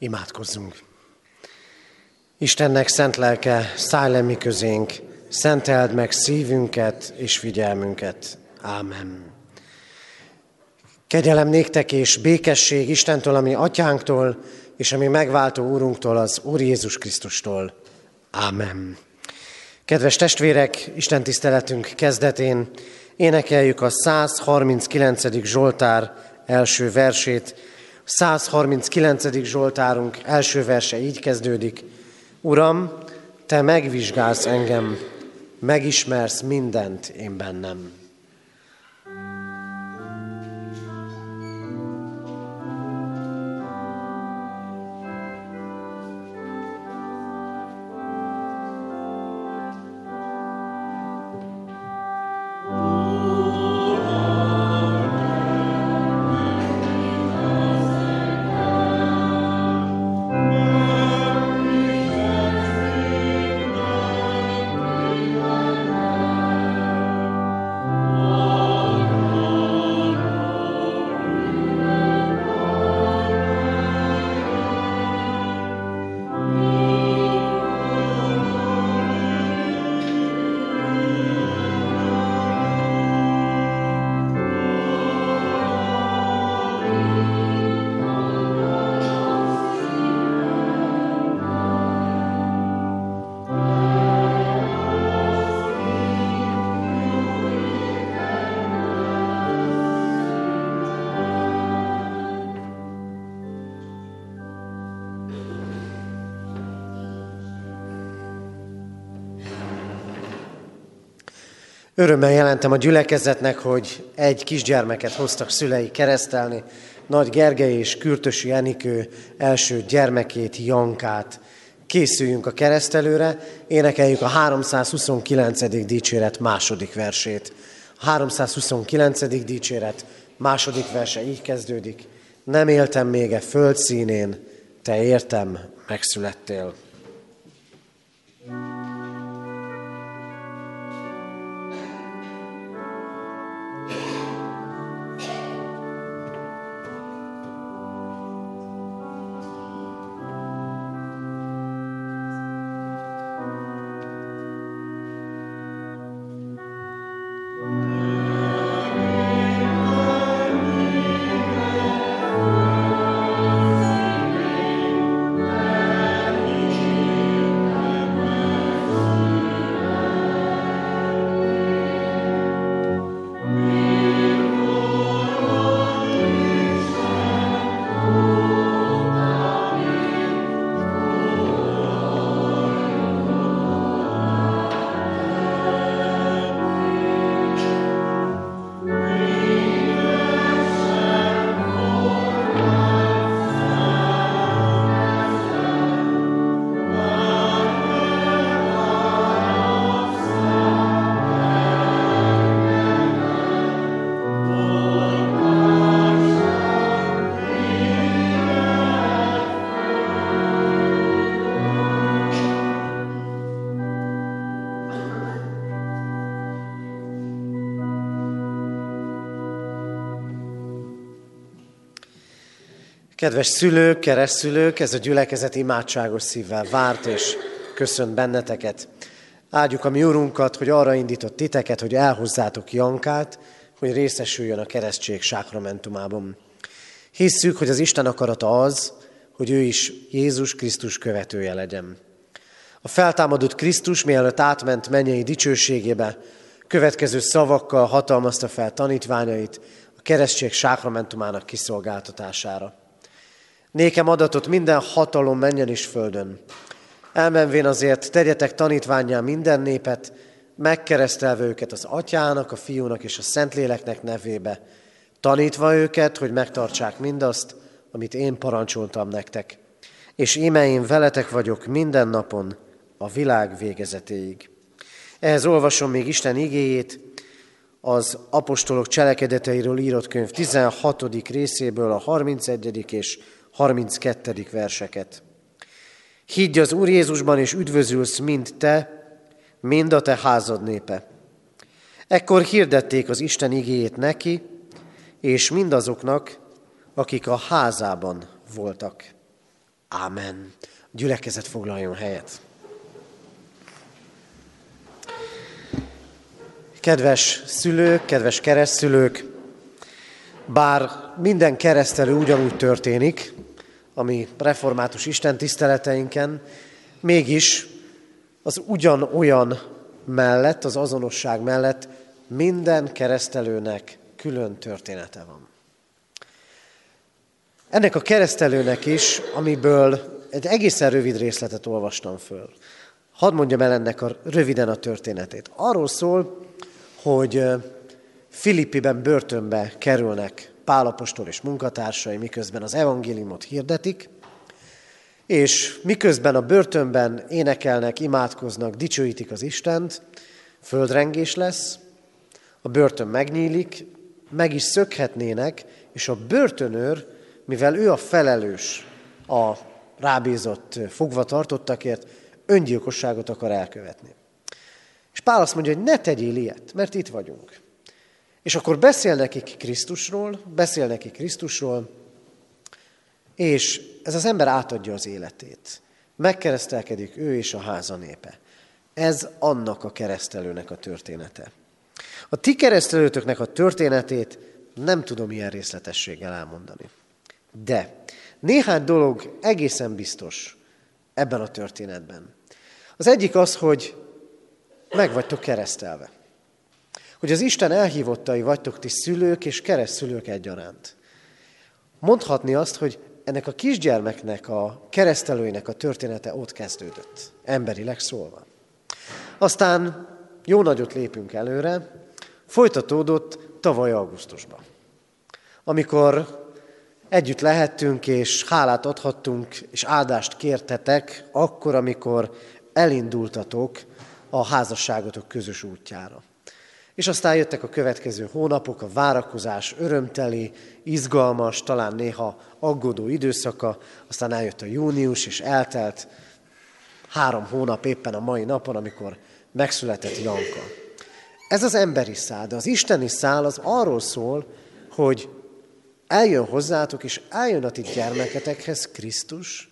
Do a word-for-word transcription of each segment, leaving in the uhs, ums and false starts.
Imádkozzunk! Istennek szent lelke, szállj le mi közénk, szenteld meg szívünket és figyelmünket. Ámen. Kegyelem néktek és békesség Istentől, ami atyánktól, és ami megváltó Úrunktól, az Úr Jézus Krisztustól. Ámen. Kedves testvérek, Isten tiszteletünk kezdetén énekeljük a száz harminckilencedik Zsoltár első versét. száz harminckilencedik Zsoltárunk első verse így kezdődik. Uram, te megvizsgálsz engem, megismersz mindent én bennem. Örömmel jelentem a gyülekezetnek, hogy egy kisgyermeket hoztak szülei keresztelni, Nagy Gergely és Kürtösi Enikő első gyermekét, Jankát. Készüljünk a keresztelőre, énekeljük a háromszázhuszonkilencedik dicséret második versét. A háromszázhuszonkilencedik dicséret második verse így kezdődik. Nem éltem még e föld színén, te értem megszülettél. Kedves szülők, keresztszülők, ez a gyülekezet imádságos szívvel várt és köszönt benneteket. Áldjuk a mi Urunkat, hogy arra indított titeket, hogy elhozzátok Jankát, hogy részesüljön a keresztség sákramentumában. Hisszük, hogy az Isten akarata az, hogy ő is Jézus Krisztus követője legyen. A feltámadott Krisztus, mielőtt átment mennyei dicsőségébe, következő szavakkal hatalmazta fel tanítványait a keresztség sákramentumának kiszolgáltatására. Nékem adatot minden hatalom mennyen és földön. Elmenvén azért tegyetek tanítvánnyá minden népet, megkeresztelve őket az Atyának, a Fiúnak és a Szentléleknek nevébe, tanítva őket, hogy megtartsák mindazt, amit én parancsoltam nektek. És íme én veletek vagyok minden napon, a világ végezetéig. Ehhez olvasom még Isten igéjét, az apostolok cselekedeteiről írott könyv tizenhatodik részéből a harmincegyedik és harminckettedik verseket. Higgy az Úr Jézusban, és üdvözülsz mind te, mind a te házad népe. Ekkor hirdették az Isten igéjét neki, és mindazoknak, akik a házában voltak. Ámen. A gyülekezet foglaljon helyet. Kedves szülők, kedves keresztszülők, bár minden keresztelő ugyanúgy történik, ami református istentiszteleteinken, mégis az ugyanolyan mellett, az azonosság mellett minden keresztelőnek külön története van. Ennek a keresztelőnek is, amiből egy egészen rövid részletet olvastam föl. Hadd mondjam el ennek a, röviden a történetét. Arról szól, hogy Filippiben börtönbe kerülnek Pál apostol és munkatársai, miközben az evangéliumot hirdetik, és miközben a börtönben énekelnek, imádkoznak, dicsőítik az Istent, földrengés lesz, a börtön megnyílik, meg is szökhetnének, és a börtönőr, mivel ő a felelős a rábízott fogvatartottakért, öngyilkosságot akar elkövetni. És Pál azt mondja, hogy ne tegyél ilyet, mert itt vagyunk. És akkor beszél nekik Krisztusról, beszél nekik Krisztusról, és ez az ember átadja az életét. Megkeresztelkedik ő és a háza népe. Ez annak a keresztelőnek a története. A ti keresztelőtöknek a történetét nem tudom ilyen részletességgel elmondani. De néhány dolog egészen biztos ebben a történetben. Az egyik az, hogy meg vagytok keresztelve. Hogy az Isten elhívottai vagytok ti szülők és keresztszülők egyaránt. Mondhatni azt, hogy ennek a kisgyermeknek, a keresztelőinek a története ott kezdődött, emberileg szólva. Aztán jó nagyot lépünk előre, folytatódott tavaly augusztusban. Amikor együtt lehettünk, és hálát adhattunk, és áldást kértetek, akkor, amikor elindultatok a házasságotok közös útjára. És aztán jöttek a következő hónapok, a várakozás örömteli, izgalmas, talán néha aggódó időszaka, aztán eljött a június, és eltelt három hónap éppen a mai napon, amikor megszületett Janka. Ez az emberi szál, de az isteni szál az arról szól, hogy eljön hozzátok, és eljön a ti gyermeketekhez Krisztus,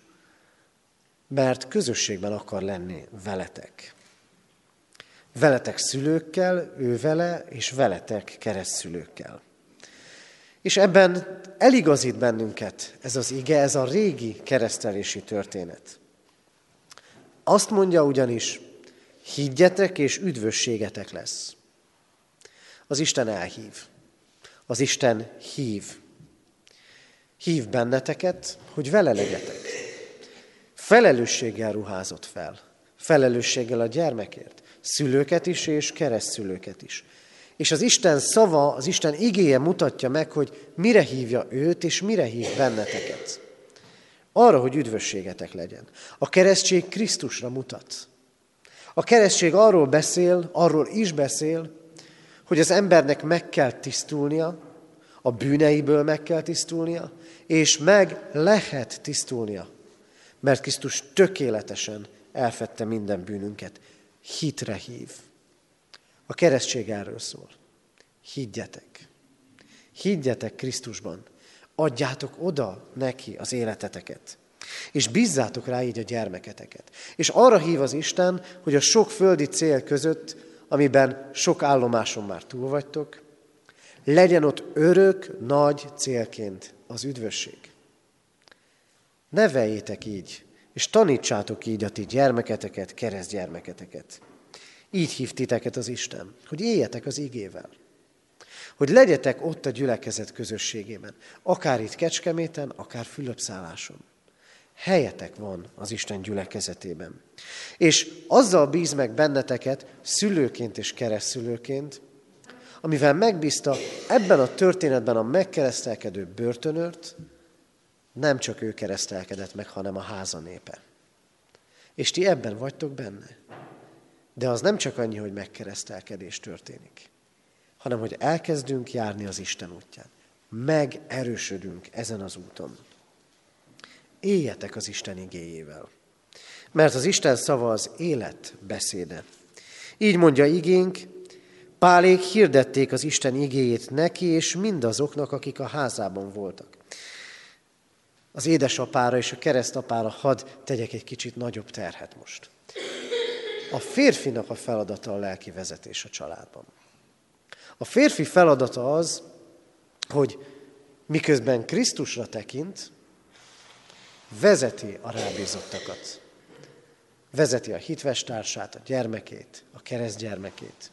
mert közösségben akar lenni veletek. Veletek szülőkkel, ő vele, és veletek keresztszülőkkel. És ebben eligazít bennünket ez az ige, ez a régi keresztelési történet. Azt mondja ugyanis, higgyetek, és üdvösségetek lesz. Az Isten elhív. Az Isten hív. Hív benneteket, hogy vele legyetek. Felelősséggel ruházott fel. Felelősséggel a gyermekért. Szülőket is, és keresztszülőket is. És az Isten szava, az Isten igéje mutatja meg, hogy mire hívja őt, és mire hív benneteket. Arra, hogy üdvösségetek legyen. A keresztség Krisztusra mutat. A keresztség arról beszél, arról is beszél, hogy az embernek meg kell tisztulnia, a bűneiből meg kell tisztulnia, és meg lehet tisztulnia, mert Krisztus tökéletesen elfedte minden bűnünket. Hitre hív. A keresztség erről szól. Higgyetek. Higgyetek Krisztusban. Adjátok oda neki az életeteket. És bízzátok rá így a gyermeketeket. És arra hív az Isten, hogy a sok földi cél között, amiben sok állomáson már túl vagytok, legyen ott örök, nagy célként az üdvösség. Neveljétek így, és tanítsátok így a ti gyermeketeket, keresztgyermeketeket. Így hív titeket az Isten, hogy éljetek az igével. Hogy legyetek ott a gyülekezet közösségében, akár itt Kecskeméten, akár Fülöpszálláson. Helyetek van az Isten gyülekezetében. És azzal bíz meg benneteket, szülőként és keresztszülőként, amivel megbízta ebben a történetben a megkeresztelkedő börtönőrt, nem csak ő keresztelkedett meg, hanem a háza népe. És ti ebben vagytok benne. De az nem csak annyi, hogy megkeresztelkedés történik, hanem hogy elkezdünk járni az Isten útján. Megerősödünk ezen az úton. Éljetek az Isten igéjével. Mert az Isten szava az élet beszéde. Így mondja igénk, Pálék hirdették az Isten igéjét neki, és mindazoknak, akik a házában voltak. az édesapára és a keresztapára hadd tegyek egy kicsit nagyobb terhet most. A férfinak a feladata a lelki vezetés a családban. A férfi feladata az, hogy miközben Krisztusra tekint, vezeti a rábízottakat. Vezeti a hitvestársát, a gyermekét, a keresztgyermekét.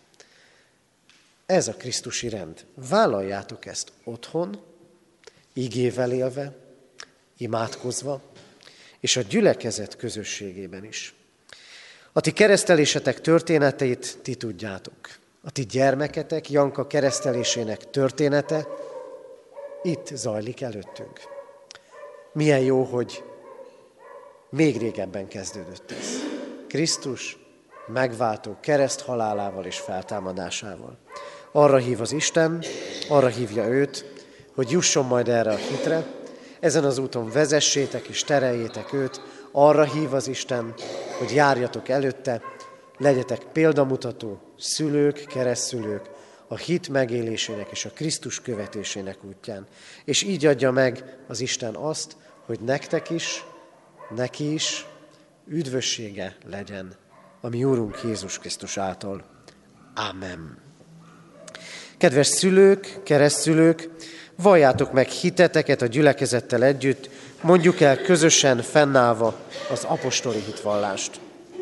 Ez a krisztusi rend. Vállaljátok ezt otthon, igével élve, imádkozva, és a gyülekezet közösségében is. A ti keresztelésetek történeteit ti tudjátok. A ti gyermeketek, Janka keresztelésének története itt zajlik előttünk. Milyen jó, hogy még régebben kezdődött ez. Krisztus megváltó kereszt halálával és feltámadásával. Arra hív az Isten, arra hívja őt, hogy jusson majd erre a hitre, ezen az úton vezessétek és tereljétek őt, arra hív az Isten, hogy járjatok előtte, legyetek példamutató szülők, keresztszülők a hit megélésének és a Krisztus követésének útján. És így adja meg az Isten azt, hogy nektek is, neki is üdvössége legyen a mi Úrunk Jézus Krisztus által. Ámen. Kedves szülők, keresztszülők, valljátok meg hiteteket a gyülekezettel együtt, mondjuk el közösen fennállva az apostoli hitvallást.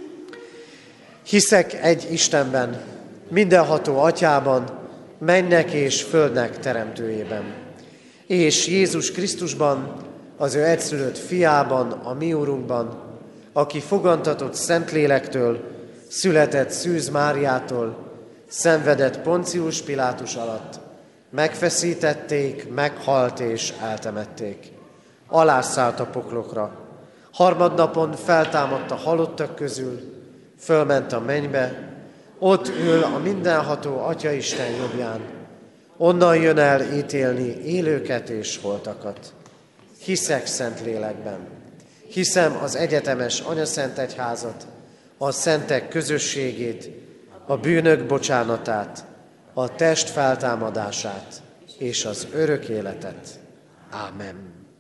Hiszek egy Istenben, mindenható Atyában, mennek és földnek teremtőjében, és Jézus Krisztusban, az ő egyszülött fiában, a mi Úrunkban, aki fogantatott Szentlélektől, született Szűz Máriától, szenvedett Poncius Pilátus alatt, megfeszítették, meghalt és eltemették. Alászállt a poklokra. Harmadnapon feltámadt a halottak közül, fölment a mennybe, ott ül a mindenható Atyaisten jobbján. Onnan jön el ítélni élőket és holtakat. Hiszek Szentlélekben. Hiszem az egyetemes anyaszentegyházat, a szentek közösségét, a bűnök bocsánatát, a test feltámadását és az örök életet. Ámen.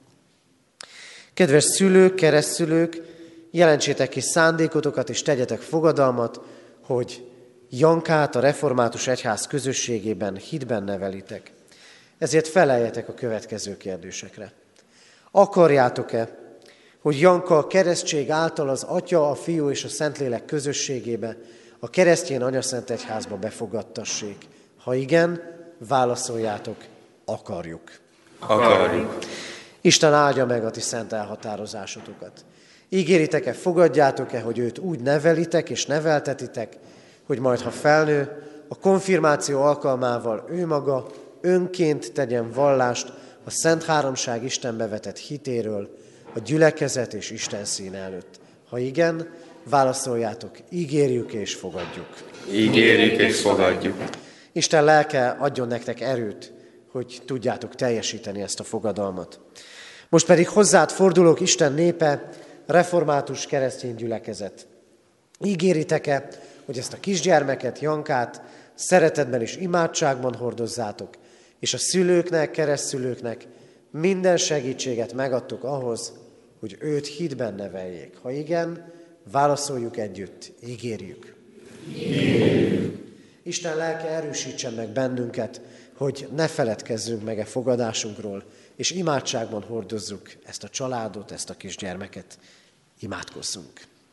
Kedves szülők, keresztszülők, jelentsétek ki szándékotokat és tegyetek fogadalmat, hogy Jankát a református egyház közösségében hitben nevelitek. Ezért feleljetek a következő kérdésekre. Akarjátok-e, hogy Janka a keresztség által az Atya, a Fiú és a Szentlélek közösségébe, a keresztény anyaszentegyházba befogadtassék? Ha igen, válaszoljátok, akarjuk. Akarjuk. Isten áldja meg a ti szent elhatározásotokat. Ígéritek-e, fogadjátok-e, hogy őt úgy nevelitek és neveltetitek, hogy majd, ha felnő, a konfirmáció alkalmával ő maga önként tegyen vallást a Szent Háromság Istenbe vetett hitéről, a gyülekezet és Isten színe előtt? Ha igen, válaszoljátok, ígérjük és fogadjuk. Ígérjük és fogadjuk. Isten lelke adjon nektek erőt, hogy tudjátok teljesíteni ezt a fogadalmat. Most pedig hozzád fordulok, Isten népe, református keresztény gyülekezet. Ígéritek-e, hogy ezt a kisgyermeket, Jankát szeretetben és imádságban hordozzátok, és a szülőknek, keresztszülőknek minden segítséget megadtok ahhoz, hogy őt hitben neveljék? Ha igen, válaszoljuk együtt, ígérjük. Ígérjük. Isten lelke erősítsen meg bennünket, hogy ne feledkezzünk meg e fogadásunkról, és imádságban hordozzuk ezt a családot, ezt a kisgyermeket. Imádkozzunk.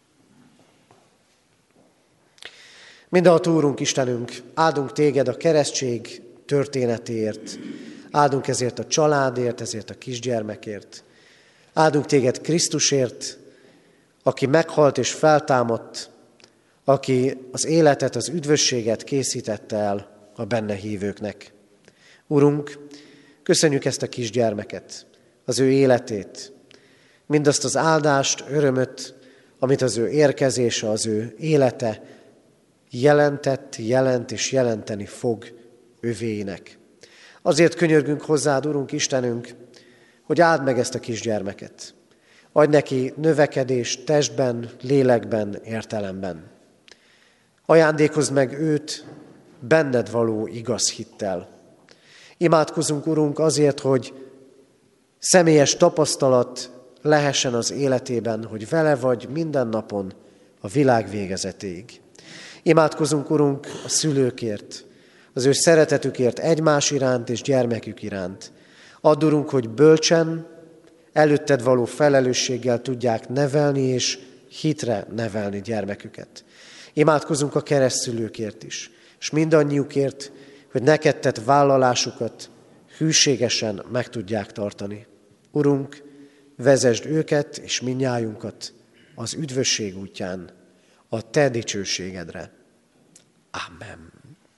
Mindenható Úrunk, Istenünk, áldunk téged a keresztség történetéért, áldunk ezért a családért, ezért a kisgyermekért, áldunk téged Krisztusért, aki meghalt és feltámadt, aki az életet, az üdvösséget készítette el a benne hívőknek. Urunk, köszönjük ezt a kisgyermeket, az ő életét, mindazt az áldást, örömöt, amit az ő érkezése, az ő élete jelentett, jelent és jelenteni fog övéinek. Azért könyörgünk hozzád, Urunk, Istenünk, hogy áld meg ezt a kisgyermeket. Adj neki növekedést testben, lélekben, értelemben. Ajándékozd meg őt benned való igaz hittel. Imádkozunk, Urunk, azért, hogy személyes tapasztalat lehessen az életében, hogy vele vagy minden napon a világ végezetéig. Imádkozunk, Urunk, a szülőkért, az ő szeretetükért egymás iránt és gyermekük iránt. Add, Urunk, hogy bölcsen, előtted való felelősséggel tudják nevelni és hitre nevelni gyermeküket. Imádkozunk a keresztszülőkért is, és mindannyiukért, hogy neked tett vállalásukat hűségesen meg tudják tartani. Urunk, vezesd őket és mindnyájunkat az üdvösség útján, a te dicsőségedre. Amen.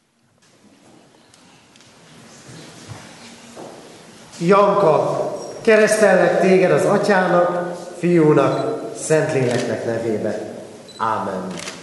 Janka, keresztellek téged az Atyának, Fiúnak, Szentléleknek nevébe. Ámen.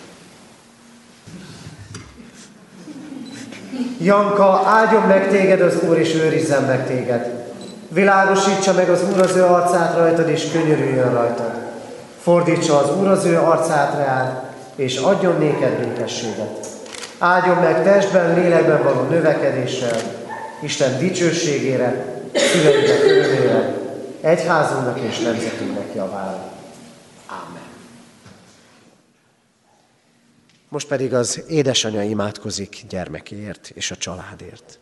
Janka, áldjon meg téged az Úr, és őrizzen meg téged. Világosítsa meg az Úr az ő arcát rajtad, és könyörüljön rajtad. Fordítsa az Úr az ő arcát reád, és adjon néked békességet. Áldjon meg testben, lélekben való növekedéssel, Isten dicsőségére, szüleinek örömére, egyházunknak és nemzetünknek javára. Ámen. Most pedig az édesanyja imádkozik gyermekéért és a családért.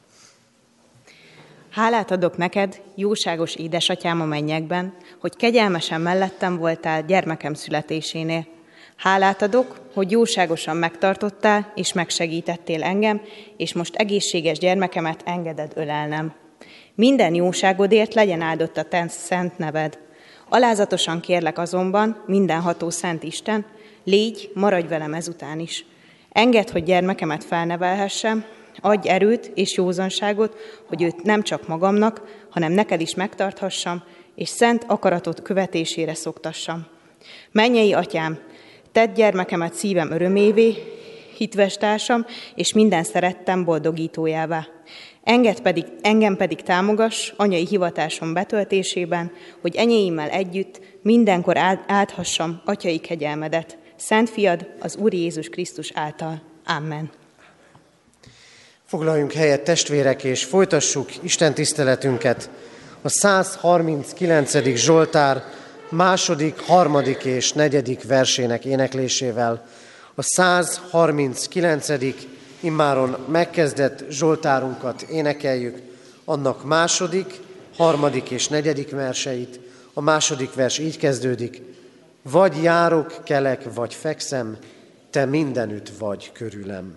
Hálát adok neked, jóságos édesatyám a mennyekben, hogy kegyelmesen mellettem voltál gyermekem születésénél. Hálát adok, hogy jóságosan megtartottál és megsegítettél engem, és most egészséges gyermekemet engeded ölelnem. Minden jóságodért legyen áldott a te szent neved. Alázatosan kérlek azonban, mindenható szent Isten, légy, maradj velem ezután is. Engedd, hogy gyermekemet felnevelhessem, adj erőt és józanságot, hogy őt nem csak magamnak, hanem neked is megtarthassam, és szent akaratot követésére szoktassam. Mennyei Atyám, tedd gyermekemet szívem örömévé, hitves társam, és minden szerettem boldogítójává. Engedd pedig, engem pedig támogass anyai hivatásom betöltésében, hogy enyéimmel együtt mindenkor áldhassam atyai kegyelmedet. Szent fiad, az Úr Jézus Krisztus által. Amen. Foglaljunk helyet, testvérek, és folytassuk Isten tiszteletünket a száz harminckilencedik Zsoltár második, harmadik és negyedik versének éneklésével. A száz harminckilencedik immáron megkezdett Zsoltárunkat énekeljük, annak második, harmadik és negyedik verseit. A második vers így kezdődik: vagy járok, kelek, vagy fekszem, te mindenütt vagy körülem.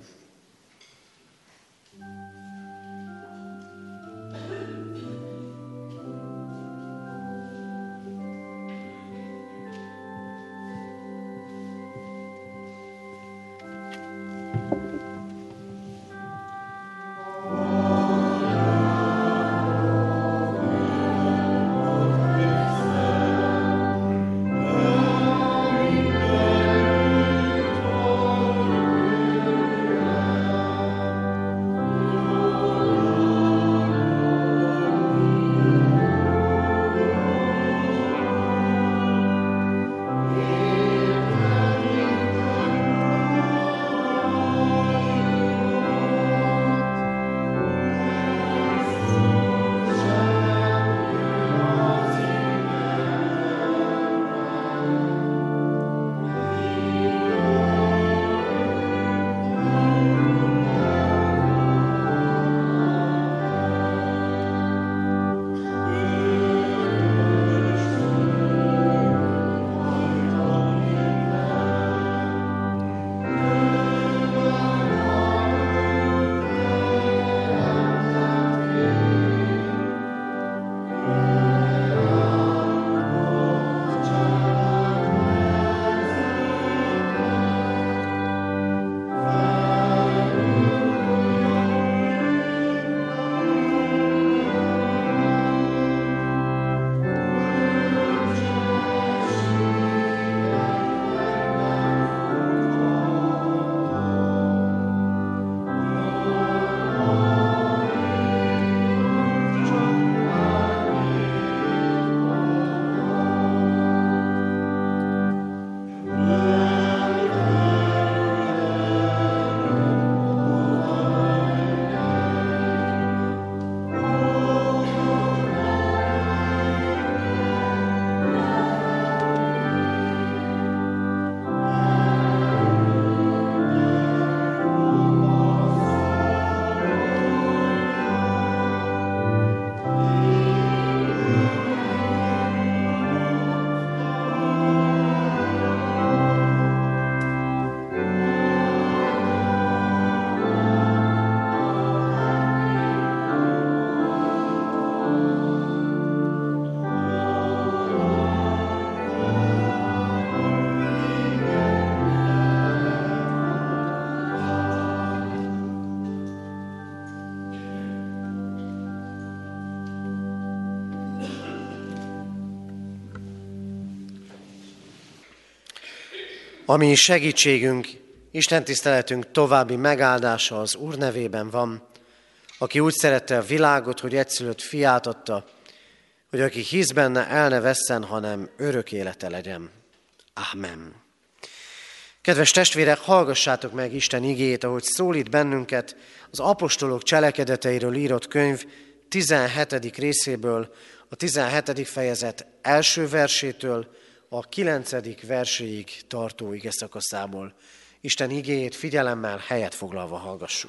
Ami segítségünk, Isten tiszteletünk további megáldása az Úr nevében van, aki úgy szerette a világot, hogy egyszülött fiát adta, hogy aki hisz benne, el ne vesszen, hanem örök élete legyen. Amen. Kedves testvérek, hallgassátok meg Isten igéjét, ahogy szólít bennünket az apostolok cselekedeteiről írott könyv tizenhetedik részéből, a tizenhetedik fejezet első versétől a kilencedik verséig tartó igeszakaszából. Isten igéjét figyelemmel, helyet foglalva hallgassuk.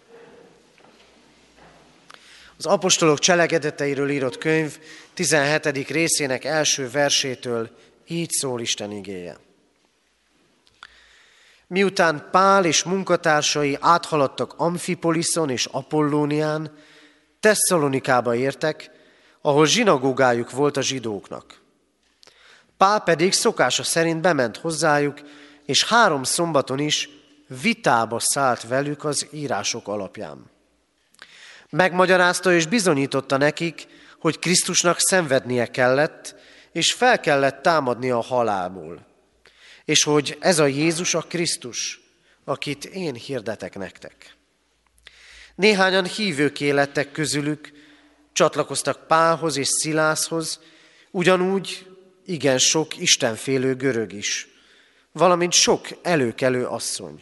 Az apostolok cselekedeteiről írott könyv tizenhetedik részének első versétől így szól Isten igéje. Miután Pál és munkatársai áthaladtak Amfipoliszon és Apollónián, Tesszalonikába értek, ahol zsinagógájuk volt a zsidóknak. Pál pedig szokása szerint bement hozzájuk, és három szombaton is vitába szállt velük az írások alapján. Megmagyarázta és bizonyította nekik, hogy Krisztusnak szenvednie kellett, és fel kellett támadnia a halálból, és hogy ez a Jézus a Krisztus, akit én hirdetek nektek. Néhányan hívőké lettek közülük, csatlakoztak Pálhoz és Szilászhoz, ugyanúgy igen sok istenfélő görög is, valamint sok előkelő asszony.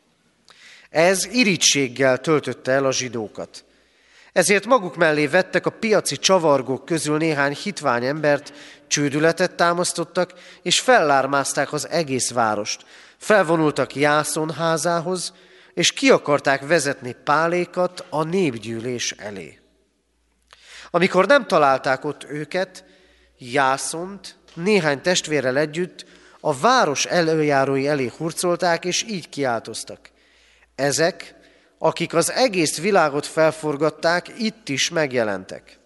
Ez irítséggel töltötte el a zsidókat. Ezért maguk mellé vettek a piaci csavargók közül néhány hitvány embert, csődületet támasztottak, és fellármázták az egész várost. Felvonultak Jászon házához, és ki akarták vezetni Pálékat a népgyűlés elé. Amikor nem találták ott őket, Jászont néhány testvérrel együtt a város elöljárói elé hurcolták, és így kiáltoztak. Ezek, akik az egész világot felforgatták, itt is megjelentek.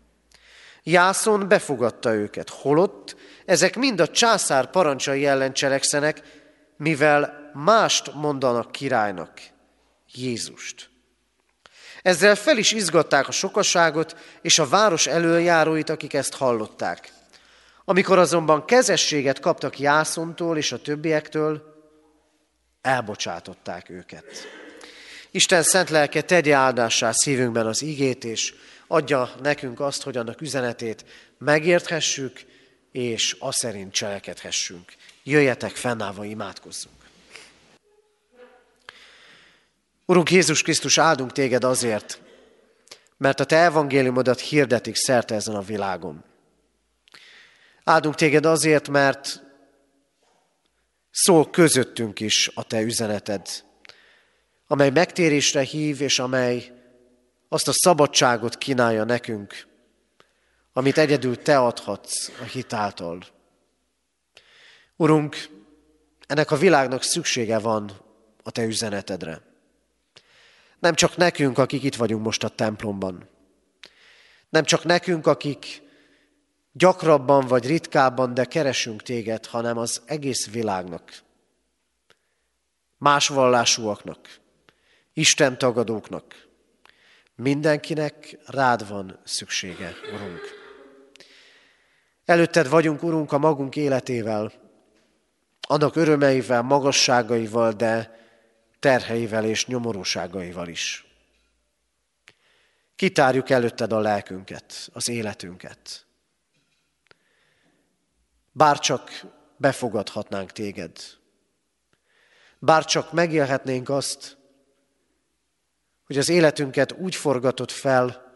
Jászon befogadta őket, holott ezek mind a császár parancsai ellen cselekszenek, mivel mást mondanak királynak, Jézust. Ezzel fel is izgatták a sokaságot és a város elöljáróit, akik ezt hallották. Amikor azonban kezességet kaptak Jászontól és a többiektől, elbocsátották őket. Isten szent lelke tegye áldássá szívünkben az igét, és adja nekünk azt, hogy annak üzenetét megérthessük, és azt szerint cselekedhessünk. Jöjjetek, fennállva imádkozzunk. Urunk Jézus Krisztus, áldunk téged azért, mert a te evangéliumodat hirdetik szerte ezen a világon. Áldunk téged azért, mert szól közöttünk is a te üzeneted, amely megtérésre hív, és amely azt a szabadságot kínálja nekünk, amit egyedül te adhatsz a hit által. Urunk, ennek a világnak szüksége van a te üzenetedre. Nem csak nekünk, akik itt vagyunk most a templomban. Nem csak nekünk, akik gyakrabban vagy ritkábban, de keresünk téged, hanem az egész világnak. Más vallásúaknak, Isten tagadóknak. Mindenkinek rád van szüksége, Urunk. Előtted vagyunk, Urunk, a magunk életével, annak örömeivel, magasságaival, de terheivel és nyomorúságaival is. Kitárjuk előtted a lelkünket, az életünket. Bárcsak befogadhatnánk téged. Bárcsak megélhetnénk azt, hogy az életünket úgy forgatod fel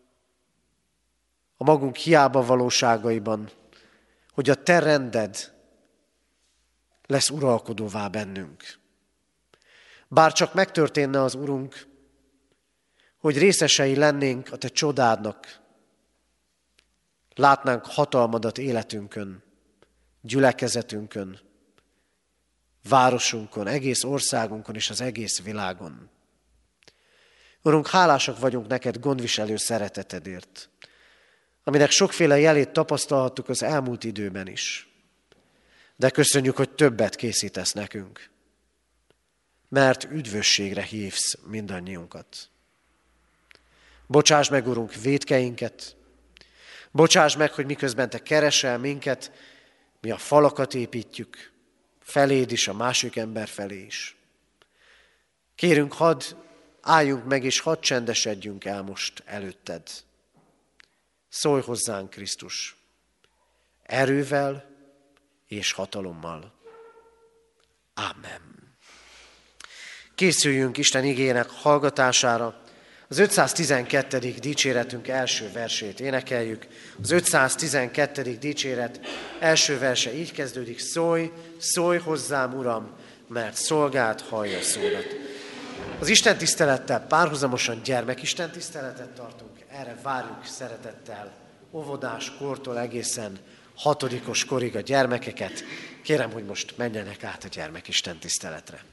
a magunk hiába valóságaiban, hogy a te rended lesz uralkodóvá bennünk. Bárcsak megtörténne az, Urunk, hogy részesei lennénk a te csodádnak, látnánk hatalmadat életünkön, gyülekezetünkön, városunkon, egész országunkon és az egész világon. Urunk, hálásak vagyunk neked gondviselő szeretetedért, aminek sokféle jelét tapasztalhattuk az elmúlt időben is. De köszönjük, hogy többet készítesz nekünk, mert üdvösségre hívsz mindannyiunkat. Bocsáss meg, Urunk, vétkeinket, bocsáss meg, hogy miközben te keresel minket, mi a falakat építjük, feléd is, a másik ember felé is. Kérünk, hadd álljunk meg, és hadd csendesedjünk el most előtted. Szólj hozzánk, Krisztus, erővel és hatalommal. Amen. Készüljünk Isten igének hallgatására. Az ötszáztizenkettedik dicséretünk első versét énekeljük. Az ötszáztizenkettedik dicséret első verse így kezdődik. Szólj, szólj hozzám, Uram, mert szolgád hallja szódat. Az Isten tisztelettel párhuzamosan gyermekisten tiszteletet tartunk. Erre várjuk szeretettel óvodás kortól egészen hatodikos korig a gyermekeket. Kérem, hogy most menjenek át a gyermekisten tiszteletre.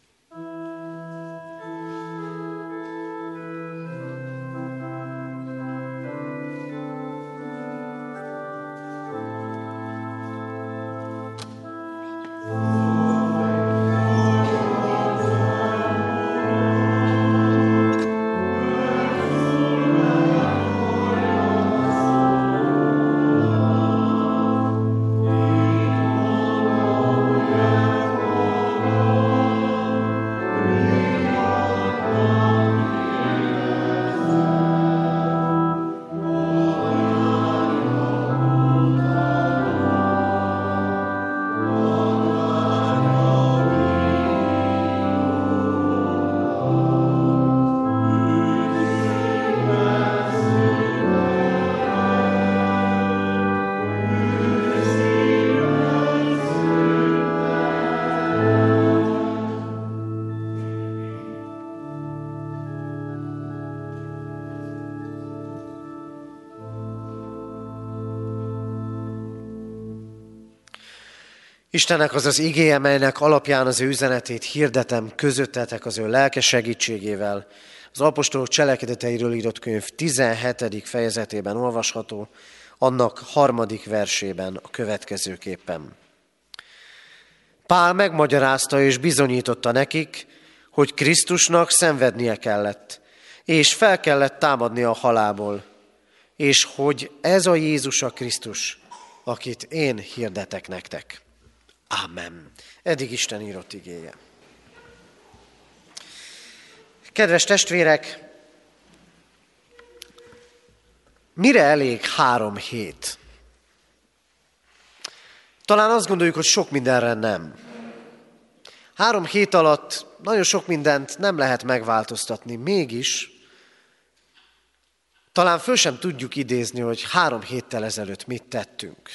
Istennek az az igéje, melynek alapján az ő üzenetét hirdetem közöttetek az ő lelke segítségével. Az apostolok cselekedeteiről írott könyv tizenhetedik fejezetében olvasható, annak harmadik versében a következőképpen. Pál megmagyarázta és bizonyította nekik, hogy Krisztusnak szenvednie kellett, és fel kellett támadnia a halálból, és hogy ez a Jézus a Krisztus, akit én hirdetek nektek. Amen. Eddig Isten írott igéje. Kedves testvérek, mire elég három hét? Talán azt gondoljuk, hogy sok mindenre nem. Három hét alatt nagyon sok mindent nem lehet megváltoztatni, mégis talán föl sem tudjuk idézni, hogy három héttel ezelőtt mit tettünk.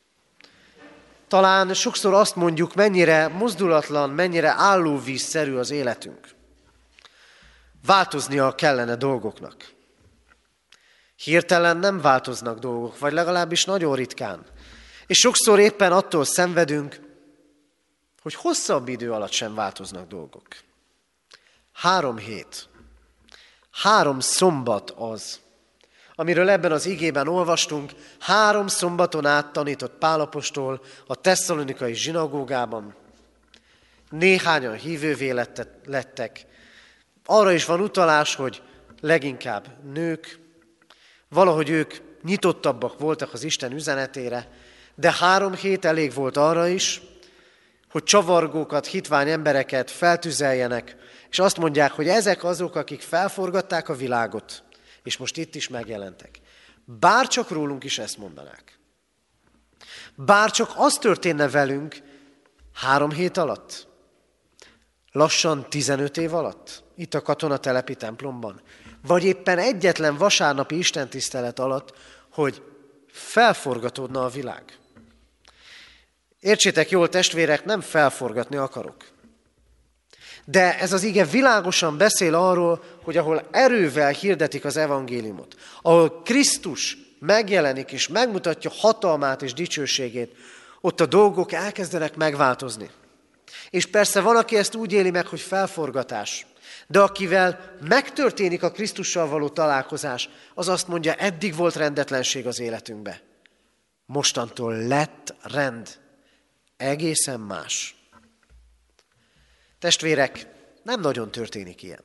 Talán sokszor azt mondjuk, mennyire mozdulatlan, mennyire állóvízszerű az életünk. Változnia kellene dolgoknak. Hirtelen nem változnak dolgok, vagy legalábbis nagyon ritkán. És sokszor éppen attól szenvedünk, hogy hosszabb idő alatt sem változnak dolgok. Három hét, három szombat az, amiről ebben az igében olvastunk, három szombaton át tanított Pál apostol a tesszalonikai zsinagógában. Néhányan hívővé lettek. Arra is van utalás, hogy leginkább nők, valahogy ők nyitottabbak voltak az Isten üzenetére, de három hét elég volt arra is, hogy csavargókat, hitvány embereket feltüzeljenek, és azt mondják, hogy ezek azok, akik felforgatták a világot, és most itt is megjelentek. Bárcsak rólunk is ezt mondanák. Bárcsak az történne velünk három hét alatt, lassan tizenöt év alatt, itt a katonatelepi templomban, vagy éppen egyetlen vasárnapi istentisztelet alatt, hogy felforgatódna a világ. Értsétek jól, testvérek, nem felforgatni akarok. De ez az ige világosan beszél arról, hogy ahol erővel hirdetik az evangéliumot, ahol Krisztus megjelenik és megmutatja hatalmát és dicsőségét, ott a dolgok elkezdenek megváltozni. És persze van, aki ezt úgy éli meg, hogy felforgatás, de akivel megtörténik a Krisztussal való találkozás, az azt mondja, eddig volt rendetlenség az életünkbe. Mostantól lett rend. Egészen más. Testvérek, nem nagyon történik ilyen.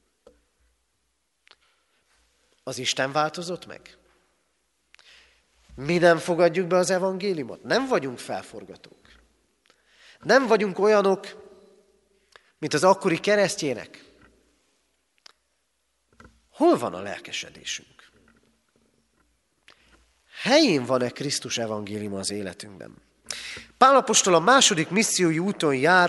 Az Isten változott meg? Mi nem fogadjuk be az evangéliumot? Nem vagyunk felforgatók. Nem vagyunk olyanok, mint az akkori keresztjének. Hol van a lelkesedésünk? Helyén van-e Krisztus evangéliuma az életünkben? Pál apostol a második missziói úton jár,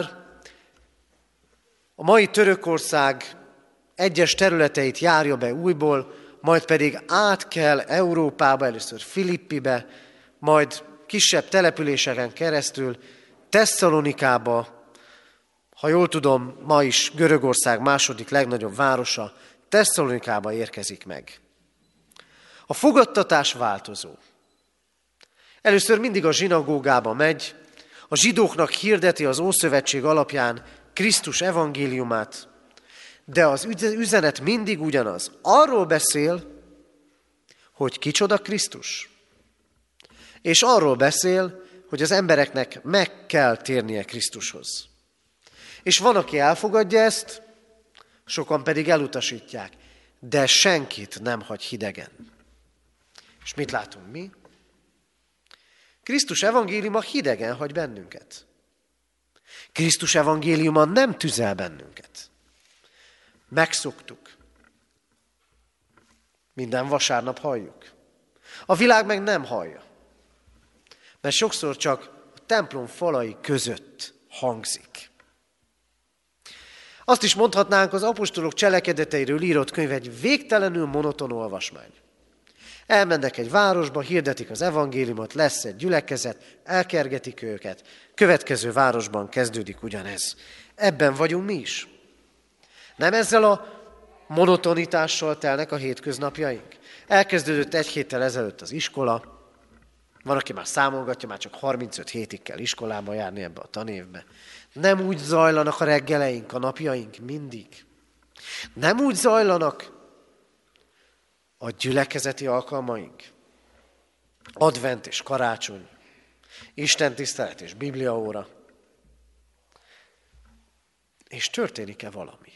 a mai Törökország egyes területeit járja be újból, majd pedig át kell Európába, először Filippibe, majd kisebb településeken keresztül Tesszalonikába, ha jól tudom, ma is Görögország második legnagyobb városa, Tesszalonikába érkezik meg. A fogadtatás változó. Először mindig a zsinagógába megy, a zsidóknak hirdeti az Ószövetség alapján Krisztus evangéliumát, de az üzenet mindig ugyanaz. Arról beszél, hogy kicsoda Krisztus. És arról beszél, hogy az embereknek meg kell térnie Krisztushoz. És van, aki elfogadja ezt, sokan pedig elutasítják, de senkit nem hagy hidegen. És mit látunk mi? Krisztus evangéliuma hidegen hagy bennünket. Krisztus evangéliuma nem tüzel bennünket. Megszoktuk. Minden vasárnap halljuk. A világ meg nem hallja. Mert sokszor csak a templom falai között hangzik. Azt is mondhatnánk, az apostolok cselekedeteiről írott könyv egy végtelenül monoton olvasmány. Elmennek egy városba, hirdetik az evangéliumot, lesz egy gyülekezet, elkergetik őket, következő városban kezdődik ugyanez. Ebben vagyunk mi is. Nem ezzel a monotonitással telnek a hétköznapjaink. Elkezdődött egy héttel ezelőtt az iskola, van, aki már számolgatja, már csak harmincöt hétig kell iskolába járni ebbe a tanévbe. Nem úgy zajlanak a reggeleink, a napjaink mindig. Nem úgy zajlanak a gyülekezeti alkalmaink. Advent és karácsony, istentisztelet és bibliaóra. És történik-e valami?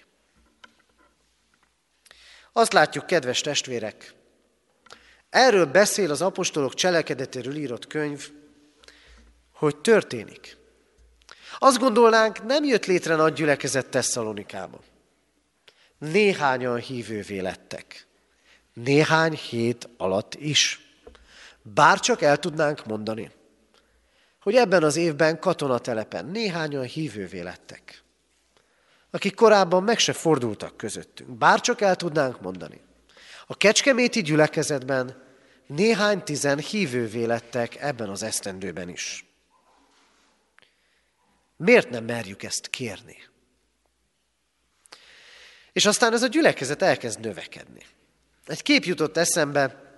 Azt látjuk, kedves testvérek, erről beszél az apostolok cselekedetéről írott könyv, hogy történik. Azt gondolnánk, nem jött létre nagy gyülekezet Tesszalonikában. Néhányan hívővé lettek. Néhány hét alatt is. Bárcsak el tudnánk mondani, hogy ebben az évben katonatelepen néhányan hívővé lettek, akik korábban meg se fordultak közöttünk. Bárcsak el tudnánk mondani. A kecskeméti gyülekezetben néhány tizen hívővé lettek ebben az esztendőben is. Miért nem merjük ezt kérni? És aztán ez a gyülekezet elkezd növekedni. Egy kép jutott eszembe,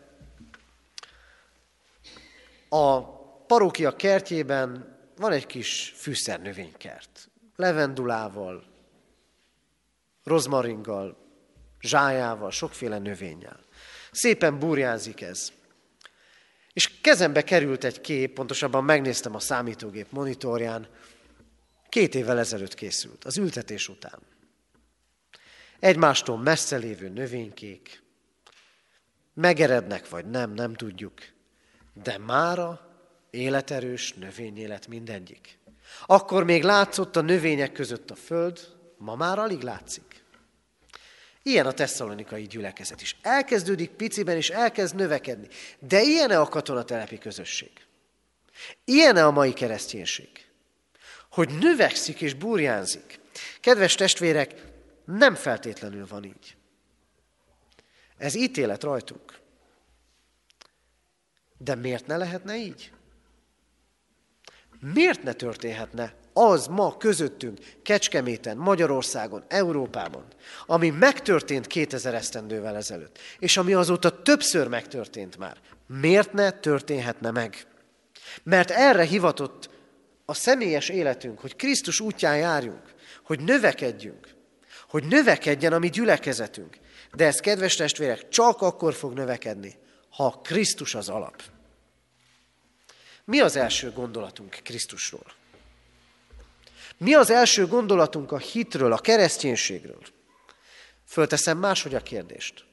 a parókia kertjében van egy kis fűszernövénykert. Levendulával, rozmaringgal, zsájával, sokféle növényel. Szépen burjánzik ez. És kezembe került egy kép, pontosabban megnéztem a számítógép monitorján, két évvel ezelőtt készült, az ültetés után. Egymástól messze lévő növénykék, megerednek vagy nem, nem tudjuk, de mára életerős növényélet mindegyik. Akkor még látszott a növények között a föld, ma már alig látszik. Ilyen a tesszalonikai gyülekezet is. Elkezdődik piciben, és elkezd növekedni. De ilyen-e a katonatelepi közösség? Ilyen-e a mai kereszténység? Hogy növekszik és burjánzik. Kedves testvérek, nem feltétlenül van így. Ez ítélet rajtunk. De miért ne lehetne így? Miért ne történhetne az ma közöttünk, Kecskeméten, Magyarországon, Európában, ami megtörtént kétezer esztendővel ezelőtt, és ami azóta többször megtörtént már? Miért ne történhetne meg? Mert erre hivatott a személyes életünk, hogy Krisztus útján járjunk, hogy növekedjünk, hogy növekedjen a mi gyülekezetünk. De ez, kedves testvérek, csak akkor fog növekedni, ha Krisztus az alap. Mi az első gondolatunk Krisztusról? Mi az első gondolatunk a hitről, a kereszténységről? Fölteszem máshogy a kérdést.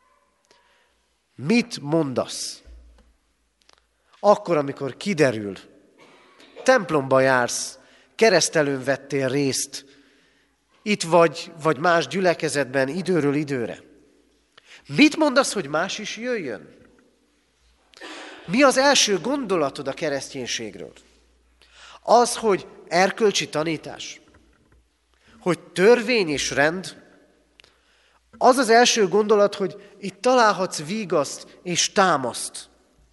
Mit mondasz? Akkor, amikor kiderül, templomba jársz, keresztelőn vettél részt, itt vagy, vagy más gyülekezetben időről időre. Mit mondasz, hogy más is jöjjön? Mi az első gondolatod a kereszténységről? Az, hogy erkölcsi tanítás, hogy törvény és rend, az az első gondolat, hogy itt találhatsz vígaszt és támaszt.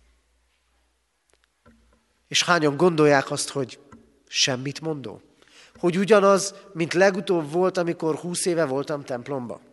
És hányan gondolják azt, hogy semmit mondó? Hogy ugyanaz, mint legutóbb volt, amikor húsz éve voltam templomba?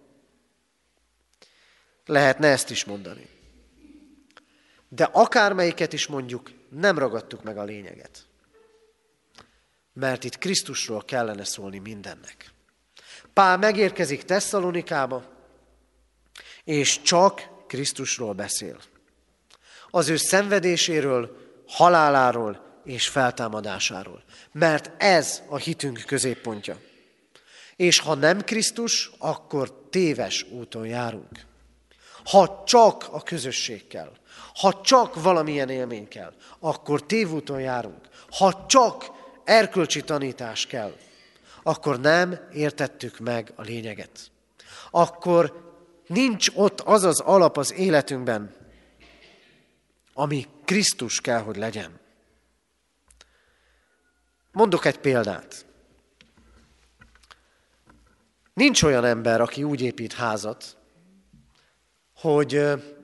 Lehetne ezt is mondani. De akármelyiket is mondjuk, nem ragadtuk meg a lényeget. Mert itt Krisztusról kellene szólni mindennek. Pál megérkezik Tesszalonikába, és csak Krisztusról beszél. Az ő szenvedéséről, haláláról és feltámadásáról. Mert ez a hitünk középpontja. És ha nem Krisztus, akkor téves úton járunk. Ha csak a közösség kell, ha csak valamilyen élmény kell, akkor tévúton járunk. Ha csak erkölcsi tanítás kell, akkor nem értettük meg a lényeget. Akkor nincs ott az az alap az életünkben, ami Krisztus kell, hogy legyen. Mondok egy példát. Nincs olyan ember, aki úgy épít házat, hogy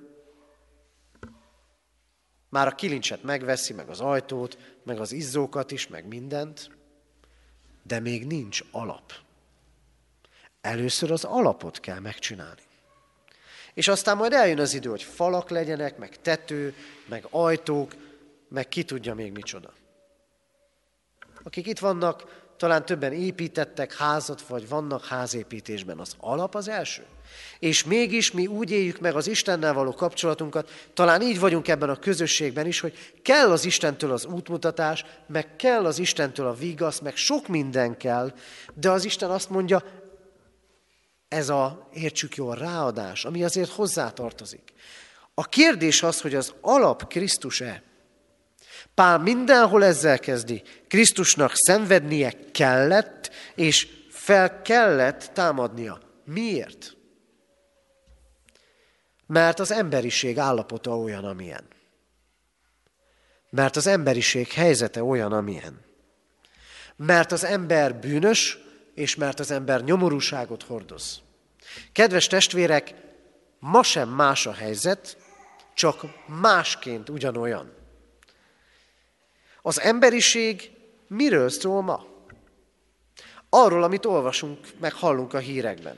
már a kilincset megveszi, meg az ajtót, meg az izzókat is, meg mindent, de még nincs alap. Először az alapot kell megcsinálni. És aztán majd eljön az idő, hogy falak legyenek, meg tető, meg ajtók, meg ki tudja még micsoda. Akik itt vannak, talán többen építettek házat, vagy vannak házépítésben. Az alap az első. És mégis mi úgy éljük meg az Istennel való kapcsolatunkat, talán így vagyunk ebben a közösségben is, hogy kell az Istentől az útmutatás, meg kell az Istentől a vígasz, meg sok minden kell, de az Isten azt mondja, ez a, értsük jól, ráadás, ami azért hozzátartozik. A kérdés az, hogy az alap Krisztus-e? Pál mindenhol ezzel kezdi. Krisztusnak szenvednie kellett, és fel kellett támadnia. Miért? Mert az emberiség állapota olyan, amilyen. Mert az emberiség helyzete olyan, amilyen. Mert az ember bűnös, és mert az ember nyomorúságot hordoz. Kedves testvérek, ma sem más a helyzet, csak másként ugyanolyan. Az emberiség miről szól ma? Arról, amit olvasunk, meg hallunk a hírekben.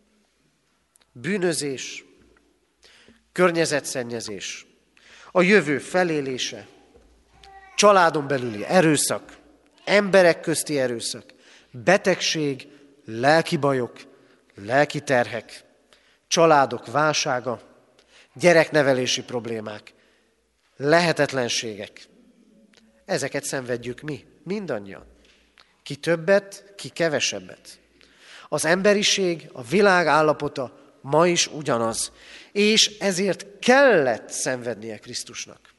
Bűnözés, környezetszennyezés, a jövő felélése, családon belüli erőszak, emberek közti erőszak, betegség, lelki bajok, lelki terhek, családok válsága, gyereknevelési problémák, lehetetlenségek. Ezeket szenvedjük mi, mindannyian. Ki többet, ki kevesebbet. Az emberiség, a világ állapota ma is ugyanaz, és ezért kellett szenvednie Krisztusnak.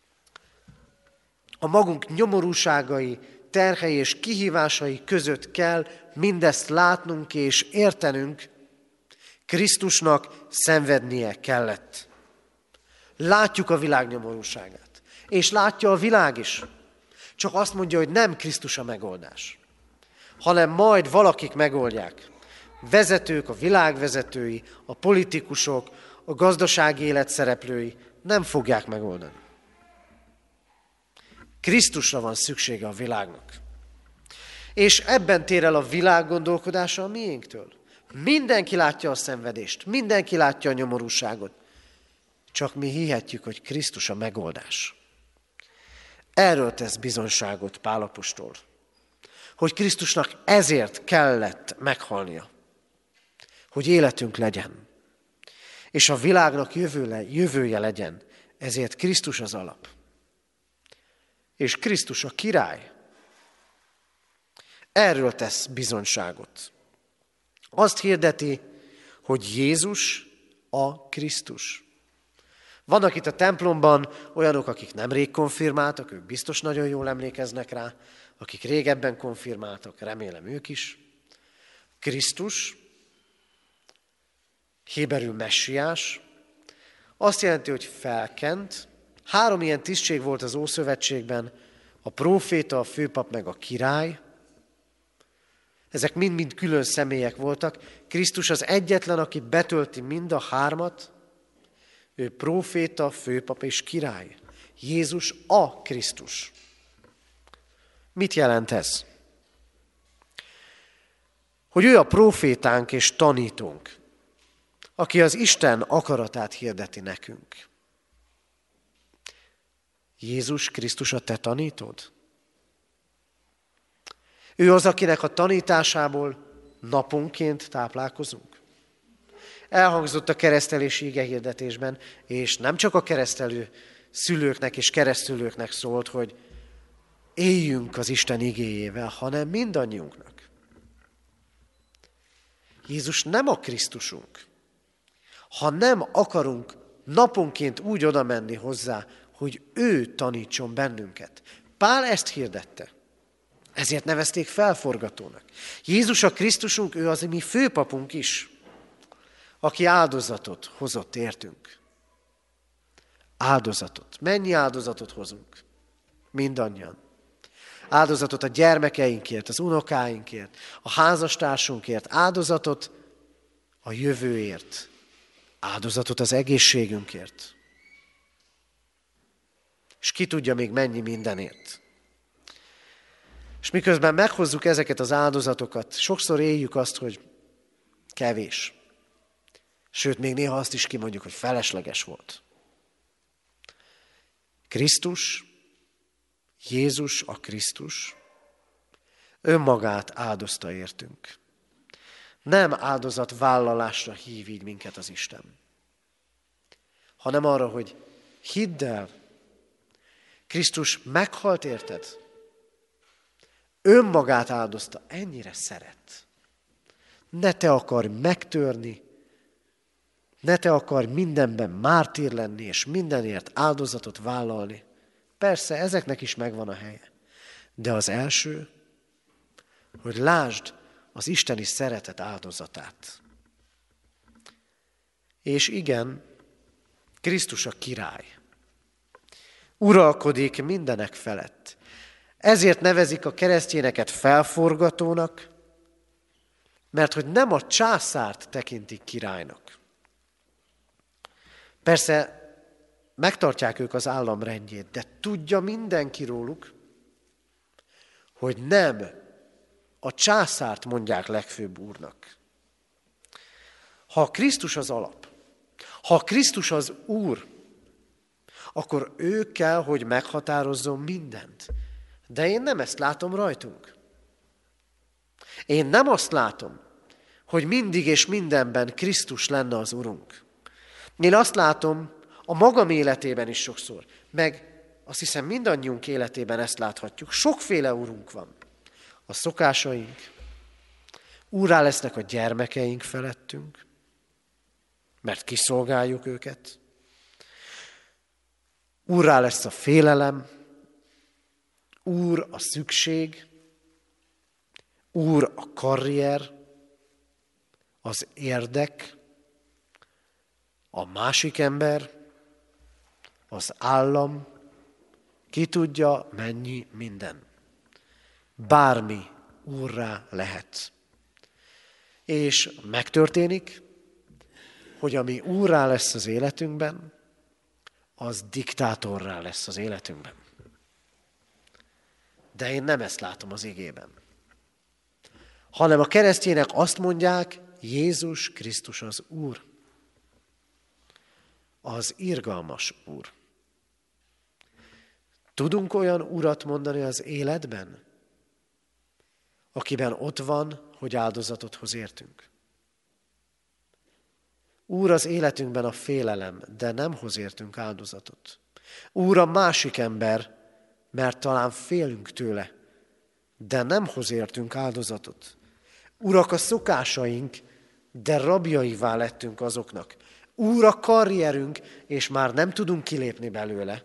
A magunk nyomorúságai, terhei és kihívásai között kell mindezt látnunk és értenünk, Krisztusnak szenvednie kellett. Látjuk a világ nyomorúságát, és látja a világ is. Csak azt mondja, hogy nem Krisztus a megoldás, hanem majd valakik megoldják. Vezetők, a világ vezetői, a politikusok, a gazdasági élet szereplői nem fogják megoldani. Krisztusra van szüksége a világnak. És ebben tér el a világ gondolkodása a miénktől. Mindenki látja a szenvedést, mindenki látja a nyomorúságot. Csak mi hihetjük, hogy Krisztus a megoldás. Erről tesz bizonyságot Pál apostol, hogy Krisztusnak ezért kellett meghalnia, hogy életünk legyen, és a világnak jövőle, jövője legyen, ezért Krisztus az alap. És Krisztus a király. Erről tesz bizonyságot. Azt hirdeti, hogy Jézus a Krisztus. Vannak itt a templomban olyanok, akik nemrég konfirmáltak, ők biztos nagyon jól emlékeznek rá, akik régebben konfirmáltak, remélem ők is. Krisztus, héberül messiás, azt jelenti, hogy felkent. Három ilyen tisztség volt az Ószövetségben, a próféta, a főpap meg a király. Ezek mind-mind külön személyek voltak. Krisztus az egyetlen, aki betölti mind a hármat. Ő próféta, főpap és király. Jézus a Krisztus. Mit jelent ez? Hogy ő a prófétánk és tanítónk, aki az Isten akaratát hirdeti nekünk. Jézus Krisztus a te tanítód? Ő az, akinek a tanításából naponként táplálkozunk? Elhangzott a keresztelési igehirdetésben, és nem csak a keresztelő szülőknek és keresztülőknek szólt, hogy éljünk az Isten igéjével, hanem mindannyiunknak. Jézus nem a Krisztusunk. Ha nem akarunk naponként úgy oda menni hozzá, hogy ő tanítson bennünket. Pál ezt hirdette. Ezért nevezték felforgatónak. Jézus a Krisztusunk, ő az mi főpapunk is, aki áldozatot hozott értünk. Áldozatot. Mennyi áldozatot hozunk? Mindannyian. Áldozatot a gyermekeinkért, az unokáinkért, a házastársunkért, áldozatot a jövőért, áldozatot az egészségünkért. És ki tudja még mennyi mindenért. És miközben meghozzuk ezeket az áldozatokat, sokszor éljük azt, hogy kevés. Sőt, még néha azt is kimondjuk, hogy felesleges volt. Krisztus, Jézus a Krisztus önmagát áldozta értünk. Nem áldozatvállalásra hív így minket az Isten, hanem arra, hogy hidd el, Krisztus meghalt érted, önmagát áldozta, ennyire szeret. Ne te akarj megtörni, ne te akarj mindenben mártír lenni, és mindenért áldozatot vállalni. Persze, ezeknek is megvan a helye. De az első, hogy lásd az isteni szeretet áldozatát. És igen, Krisztus a király. Uralkodik mindenek felett. Ezért nevezik a keresztényeket felforgatónak, mert hogy nem a császárt tekintik királynak. Persze megtartják ők az állam rendjét, de tudja mindenki róluk, hogy nem a császárt mondják legfőbb úrnak. Ha Krisztus az alap, ha Krisztus az Úr, akkor ő kell, hogy meghatározzon mindent. De én nem ezt látom rajtunk. Én nem azt látom, hogy mindig és mindenben Krisztus lenne az Urunk. Én azt látom a magam életében is sokszor, meg azt hiszem mindannyiunk életében ezt láthatjuk. Sokféle Urunk van. A szokásaink, úrrá lesznek a gyermekeink felettünk, mert kiszolgáljuk őket. Úrrá lesz a félelem, Úr a szükség, Úr a karrier, az érdek, a másik ember, az állam, ki tudja mennyi minden. Bármi úrrá lehet. És megtörténik, hogy ami úrrá lesz az életünkben, az diktátorrá lesz az életünkben. De én nem ezt látom az igében. Hanem a keresztjének azt mondják, Jézus Krisztus az Úr. Az irgalmas Úr. Tudunk olyan urat mondani az életben, akiben ott van, hogy áldozatot hoz értünk? Úr az életünkben a félelem, de nem hoz értünk áldozatot. Úr a másik ember, mert talán félünk tőle, de nem hoz értünk áldozatot. Urak a szokásaink, de rabjaivá lettünk azoknak, Úr a karrierünk, és már nem tudunk kilépni belőle.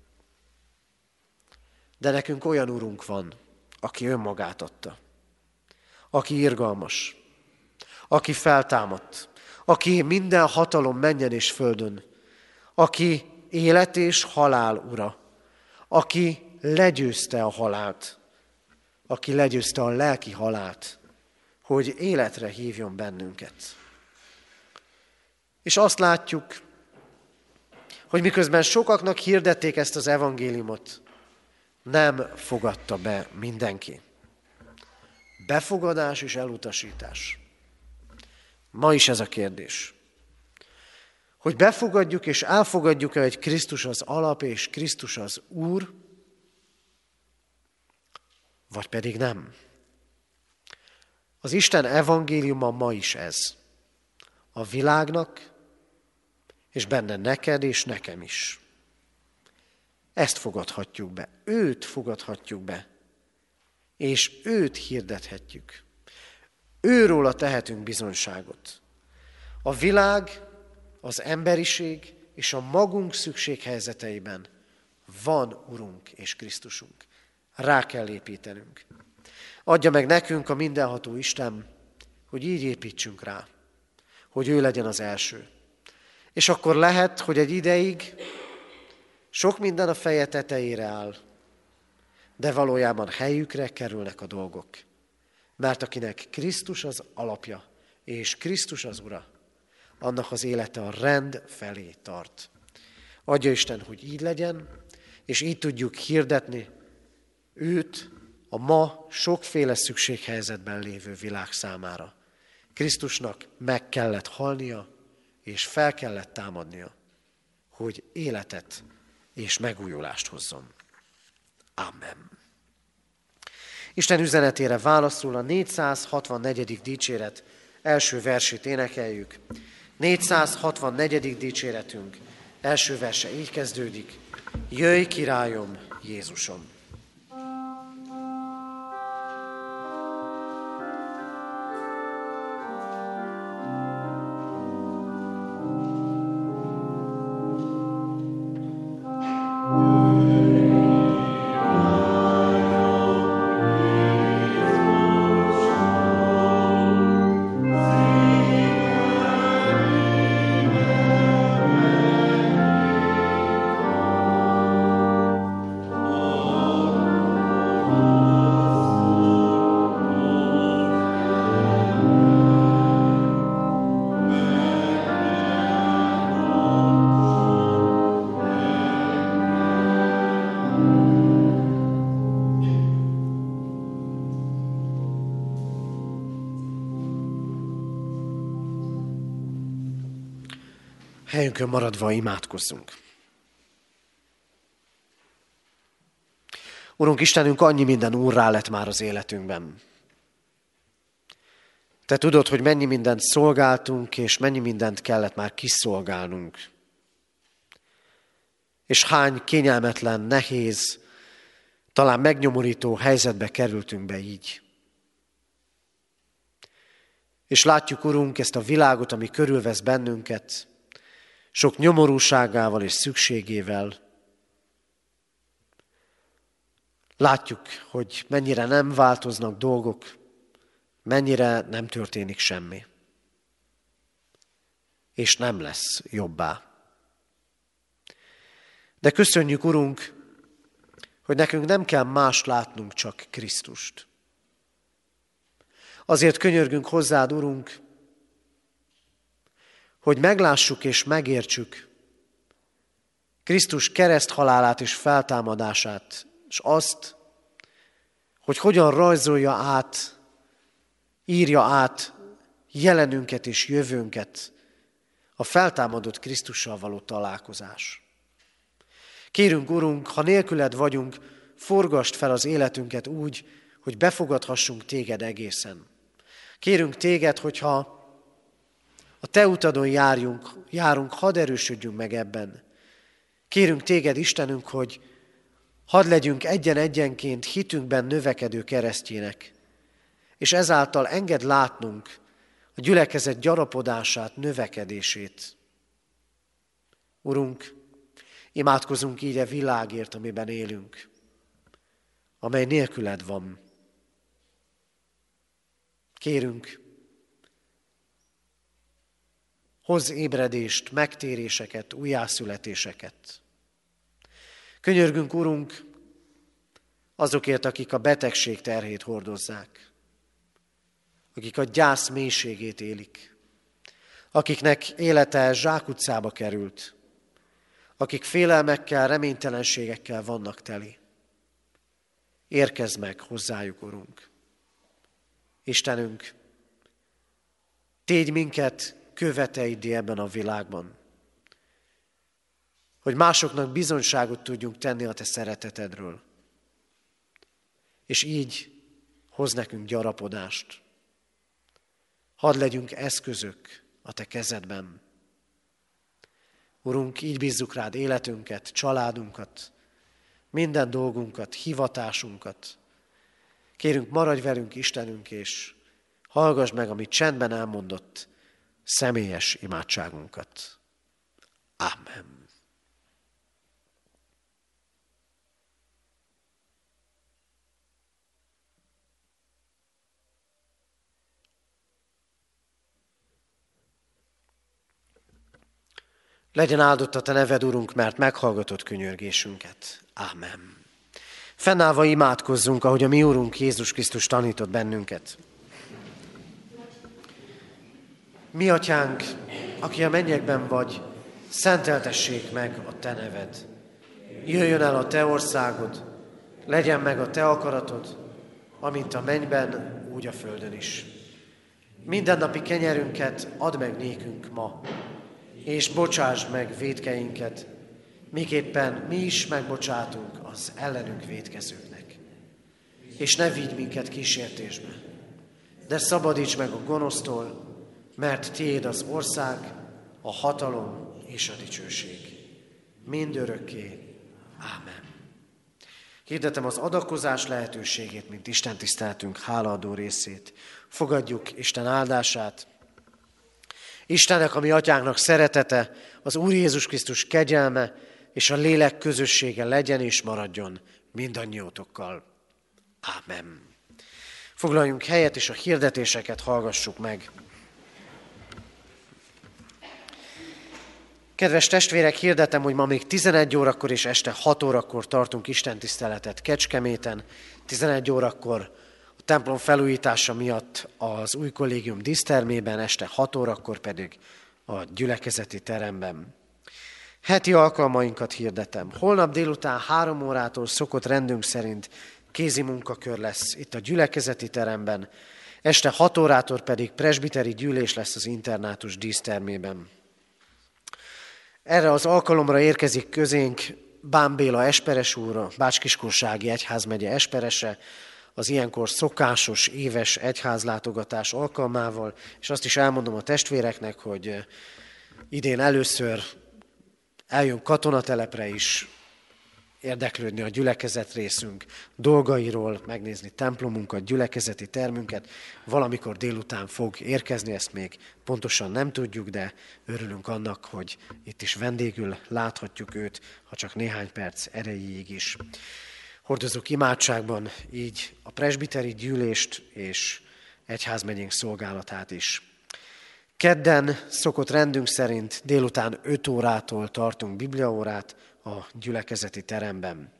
De nekünk olyan Urunk van, aki önmagát adta, aki irgalmas, aki feltámadt, aki minden hatalom mennyen és földön, aki élet és halál ura, aki legyőzte a halált, aki legyőzte a lelki halált, hogy életre hívjon bennünket. És azt látjuk, hogy miközben sokaknak hirdették ezt az evangéliumot, nem fogadta be mindenki. Befogadás és elutasítás. Ma is ez a kérdés. Hogy befogadjuk és elfogadjuk-e, hogy Krisztus az alap és Krisztus az Úr, vagy pedig nem. Az Isten evangéliuma ma is ez. A világnak, és benne neked és nekem is. Ezt fogadhatjuk be, őt fogadhatjuk be, és őt hirdethetjük. Őróla tehetünk bizonyságot. A világ, az emberiség és a magunk szükséghelyzeteiben van Urunk és Krisztusunk. Rá kell építenünk. Adja meg nekünk a mindenható Isten, hogy így építsünk rá, hogy ő legyen az első. És akkor lehet, hogy egy ideig sok minden a feje tetejére áll, de valójában helyükre kerülnek a dolgok. Mert akinek Krisztus az alapja, és Krisztus az Ura, annak az élete a rend felé tart. Adja Isten, hogy így legyen, és így tudjuk hirdetni őt a ma sokféle szükséghelyzetben lévő világ számára. Krisztusnak meg kellett halnia, és fel kellett támadnia, hogy életet és megújulást hozzon. Amen. Isten üzenetére válaszul a négyszázhatvannegyedik dicséret első versét énekeljük. négyszázhatvannegyedik dicséretünk első verse így kezdődik. Jöjj, királyom, Jézusom! Helyünkön maradva imádkozzunk. Urunk Istenünk, annyi minden úrrá lett már az életünkben. Te tudod, hogy mennyi mindent szolgáltunk, és mennyi mindent kellett már kiszolgálnunk. És hány kényelmetlen, nehéz, talán megnyomorító helyzetbe kerültünk be így. És látjuk, Urunk, ezt a világot, ami körülvesz bennünket, sok nyomorúságával és szükségével. Látjuk, hogy mennyire nem változnak dolgok, mennyire nem történik semmi. És nem lesz jobbá. De köszönjük, Urunk, hogy nekünk nem kell más látnunk, csak Krisztust. Azért könyörgünk hozzád, Urunk, hogy meglássuk és megértsük Krisztus kereszthalálát és feltámadását, és azt, hogy hogyan rajzolja át, írja át jelenünket és jövőnket a feltámadott Krisztussal való találkozás. Kérünk, Urunk, ha nélküled vagyunk, forgasd fel az életünket úgy, hogy befogadhassunk téged egészen. Kérünk téged, hogyha a te utadon járjunk, járunk, hadd erősödjünk meg ebben. Kérünk téged, Istenünk, hogy hadd legyünk egyen-egyenként hitünkben növekedő keresztjének, és ezáltal engedd látnunk a gyülekezet gyarapodását, növekedését. Urunk, imádkozunk így a világért, amiben élünk, amely nélküled van. Kérünk, hozz ébredést, megtéréseket, újjászületéseket. Könyörgünk, Urunk, azokért, akik a betegség terhét hordozzák, akik a gyász mélységét élik, akiknek élete zsákutcába került, akik félelmekkel, reménytelenségekkel vannak teli. Érkezz meg hozzájuk, Urunk. Istenünk, tégy minket követeiddé ebben a világban, hogy másoknak bizonyságot tudjunk tenni a te szeretetedről, és így hoz nekünk gyarapodást. Hadd legyünk eszközök a te kezedben. Urunk, így bízzuk rád életünket, családunkat, minden dolgunkat, hivatásunkat. Kérünk, maradj velünk, Istenünk, és hallgass meg, amit csendben elmondott, személyes imádságunkat. Amen. Legyen áldott a te neved, Urunk, mert meghallgatott könyörgésünket. Ámen. Fennállva imádkozzunk, ahogy a mi Urunk Jézus Krisztus tanított bennünket. Mi atyánk, aki a mennyekben vagy, szenteltessék meg a te neved. Jöjjön el a te országod, legyen meg a te akaratod, amint a mennyben, úgy a földön is. Mindennapi kenyerünket add meg nékünk ma, és bocsásd meg vétkeinket, miképpen mi is megbocsátunk az ellenünk vétkezőknek. És ne vigy minket kísértésbe, de szabadíts meg a gonosztól, mert tiéd az ország, a hatalom és a dicsőség. Mindörökké. Ámen. Hirdetem az adakozás lehetőségét, mint Isten tiszteltünk hálaadó részét. Fogadjuk Isten áldását. Istennek, a mi atyánknak szeretete, az Úr Jézus Krisztus kegyelme és a lélek közössége legyen és maradjon mindannyiótokkal. Ámen. Foglaljunk helyet, és a hirdetéseket hallgassuk meg. Kedves testvérek, hirdetem, hogy ma még tizenegy órakor és este hat órakor tartunk istentiszteletet Kecskeméten. tizenegy órakor a templom felújítása miatt az új kollégium dísztermében, este hat órakor pedig a gyülekezeti teremben. Heti alkalmainkat hirdetem. Holnap délután három órától szokott rendünk szerint kézi munkakör lesz itt a gyülekezeti teremben, este hat órától pedig presbiteri gyűlés lesz az internátus dísztermében. Erre az alkalomra érkezik közénk Bán Béla esperes úr, a Bács-Kiskunsági Egyházmegye esperese, az ilyenkor szokásos éves egyházlátogatás alkalmával, és azt is elmondom a testvéreknek, hogy idén először eljön katonatelepre is érdeklődni a gyülekezet részünk dolgairól, megnézni templomunkat, gyülekezeti termünket. Valamikor délután fog érkezni, ezt még pontosan nem tudjuk, de örülünk annak, hogy itt is vendégül láthatjuk őt, ha csak néhány perc erejéig is. Hordozunk imádságban így a presbiteri gyűlést és egyházmegyénk szolgálatát is. Kedden szokott rendünk szerint délután öt órától tartunk bibliaórát a gyülekezeti teremben.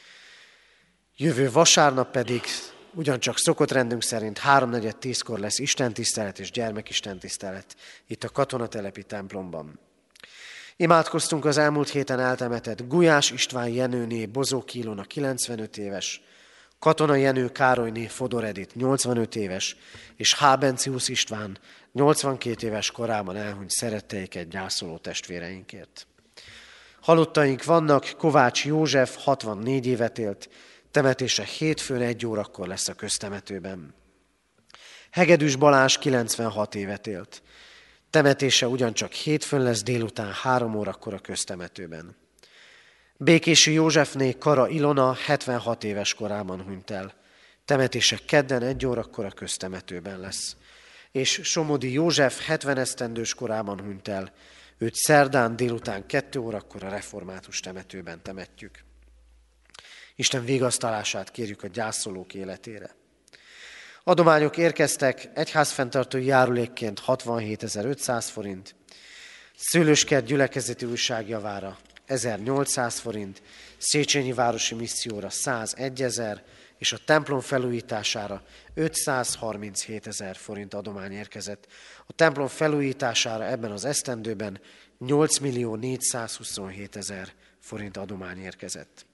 Jövő vasárnap pedig ugyancsak szokott rendünk szerint háromnegyed tízkor lesz istentisztelet és gyermekistentisztelet itt a katonatelepi templomban. Imádkoztunk az elmúlt héten eltemetett Gulyás István Jenőné Bozók Ilona kilencvenöt éves, Katona Jenő Károlyné Fodor Edith nyolcvanöt éves, és Hábenciusz István nyolcvankét éves korában elhunyt szeretteiket gyászoló testvéreinkért. Halottaink vannak, Kovács József hatvannégy évet élt, temetése hétfőn egy órakor lesz a köztemetőben. Hegedűs Balázs kilencvenhat évet élt, temetése ugyancsak hétfőn lesz délután három órakor a köztemetőben. Békési Józsefné Kara Ilona hetvenhat éves korában hunyt el, temetése kedden egy órakor a köztemetőben lesz. És Somodi József hetven esztendős korában hunyt el, Őt szerdán délután kettő órakor a református temetőben temetjük. Isten vigasztalását kérjük a gyászolók életére. Adományok érkeztek, egyházfenntartói járulékként hatvanhétezer-ötszáz forint, Szőlőskert gyülekezeti újság javára ezernyolcszáz forint, Széchenyi városi misszióra százegyezer, és a templom felújítására ötszázharminchétezer forint adomány érkezett. A templom felújítására ebben az esztendőben nyolcmillió-négyszázhuszonhétezer forint adomány érkezett.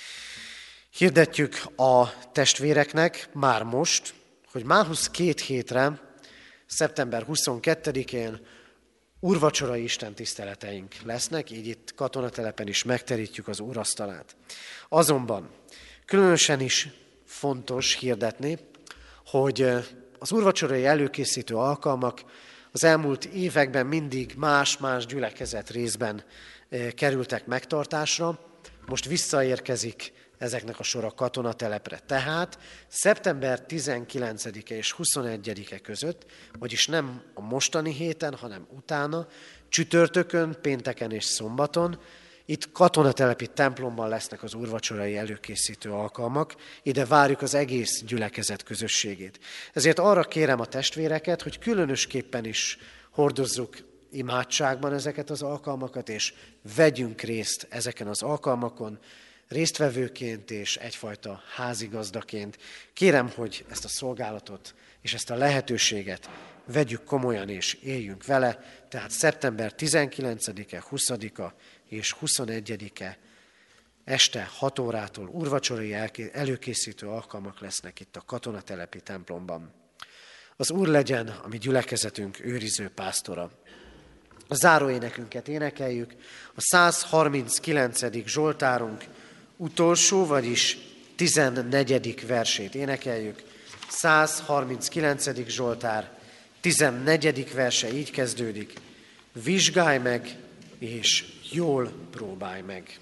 Hirdetjük a testvéreknek már most, hogy mához két hétre, szeptember huszonkettedikén úrvacsorai istentiszteleteink lesznek, így itt katonatelepen is megterítjük az úrasztalát. Azonban különösen is fontos hirdetni, hogy az úrvacsorai előkészítő alkalmak az elmúlt években mindig más-más gyülekezet részben kerültek megtartásra, most visszaérkezik ezeknek a sora katonatelepre. Tehát szeptember tizenkilencedike és huszonegyedike között, vagyis nem a mostani héten, hanem utána, csütörtökön, pénteken és szombaton, itt katonatelepi templomban lesznek az úrvacsorai előkészítő alkalmak, ide várjuk az egész gyülekezet közösségét. Ezért arra kérem a testvéreket, hogy különösképpen is hordozzuk imádságban ezeket az alkalmakat, és vegyünk részt ezeken az alkalmakon, résztvevőként és egyfajta házigazdaként. Kérem, hogy ezt a szolgálatot és ezt a lehetőséget vegyük komolyan és éljünk vele, tehát szeptember tizenkilencedike, huszadika és huszonegyedike este hat órától úrvacsorai előkészítő alkalmak lesznek itt a katonatelepi templomban. Az Úr legyen a mi gyülekezetünk őriző pásztora. A záróénekünket énekeljük, a százharminckilencedik Zsoltárunk utolsó, vagyis tizennegyedik versét énekeljük. százharminckilencedik Zsoltár, tizennegyedik verse így kezdődik. Vizsgálj meg, és jól próbálj meg.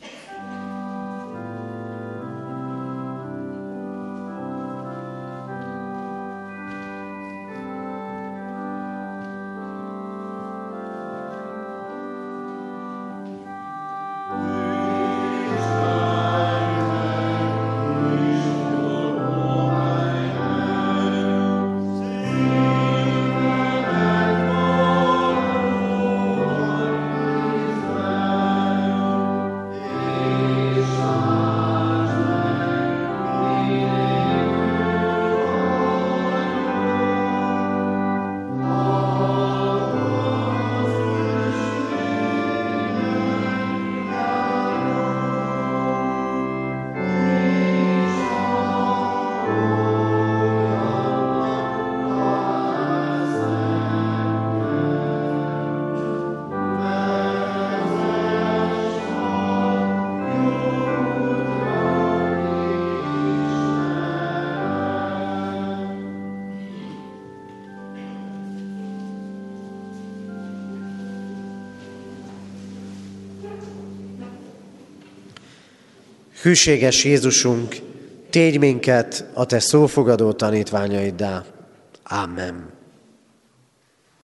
Hűséges Jézusunk, tégy minket a te szófogadó tanítványaiddá. Amen.